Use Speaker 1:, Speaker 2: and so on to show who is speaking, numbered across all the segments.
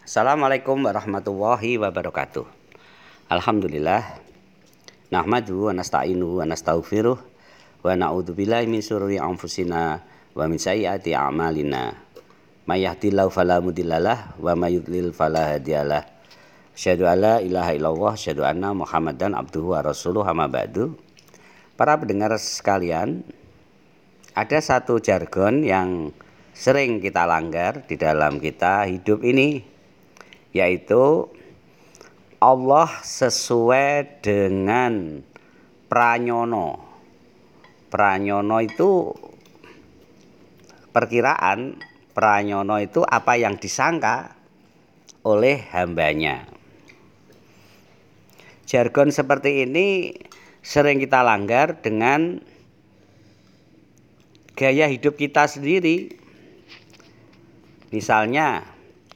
Speaker 1: Assalamualaikum warahmatullahi wabarakatuh. Alhamdulillah. Nahmadu wa nasta'inu wa nastaghfiruh wa na'udzubillahi min syururi anfusina wa min sayyiati a'malina. May yahdihillahu fala mudhillalah wa may yudlil fala hadiyalah. Asyhadu alla ilaha illallah, asyhadu anna Muhammadan abduhu wa rasuluhu, amma ba'du. Para pendengar sekalian, ada satu jargon yang sering kita langgar di dalam kita hidup ini, yaitu Allah sesuai dengan pranyono. Pranyono itu perkiraan, pranyono itu apa yang disangka oleh hambanya. Jargon seperti ini sering kita langgar dengan gaya hidup kita sendiri. Misalnya,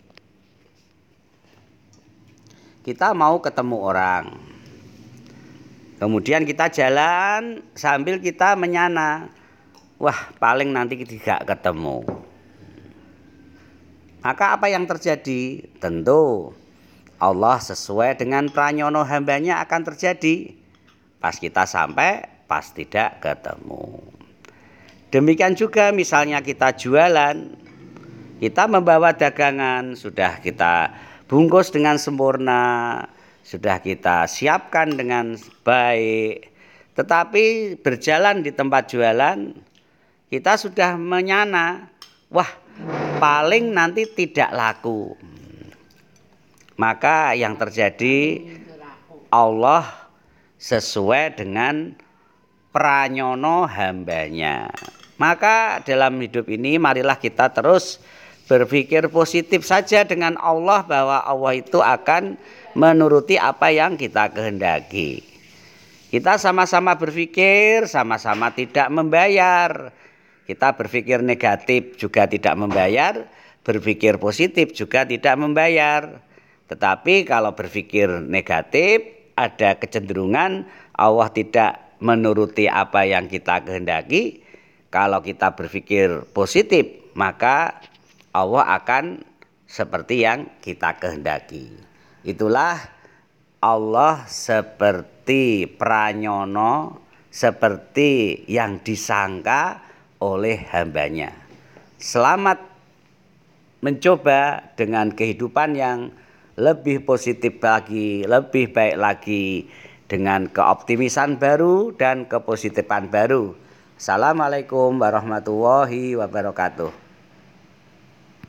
Speaker 1: kita mau ketemu orang, kemudian kita jalan sambil kita menyana, wah paling nanti tidak ketemu. Maka apa yang terjadi? Tentu Allah sesuai dengan pranyono hambanya akan terjadi. Pas kita sampai, pas tidak ketemu. Demikian juga misalnya kita jualan, kita membawa dagangan, sudah kita bungkus dengan sempurna, sudah kita siapkan dengan baik, tetapi berjalan di tempat jualan, kita sudah menyana, wah paling nanti tidak laku. Maka yang terjadi, Allah sesuai dengan pranyono hambanya. Maka dalam hidup ini marilah kita terus berpikir positif saja dengan Allah, bahwa Allah itu akan menuruti apa yang kita kehendaki. Kita sama-sama berpikir, sama-sama tidak membayar. Kita berpikir negatif juga tidak membayar, berpikir positif juga tidak membayar. Tetapi kalau berpikir negatif, ada kecenderungan Allah tidak menuruti apa yang kita kehendaki. Kalau kita berpikir positif, maka Allah akan seperti yang kita kehendaki. Itulah Allah seperti pranyono, seperti yang disangka oleh hambanya. Selamat mencoba dengan kehidupan yang lebih positif lagi, lebih baik lagi, dengan keoptimisan baru dan kepositifan baru. Assalamualaikum warahmatullahi wabarakatuh.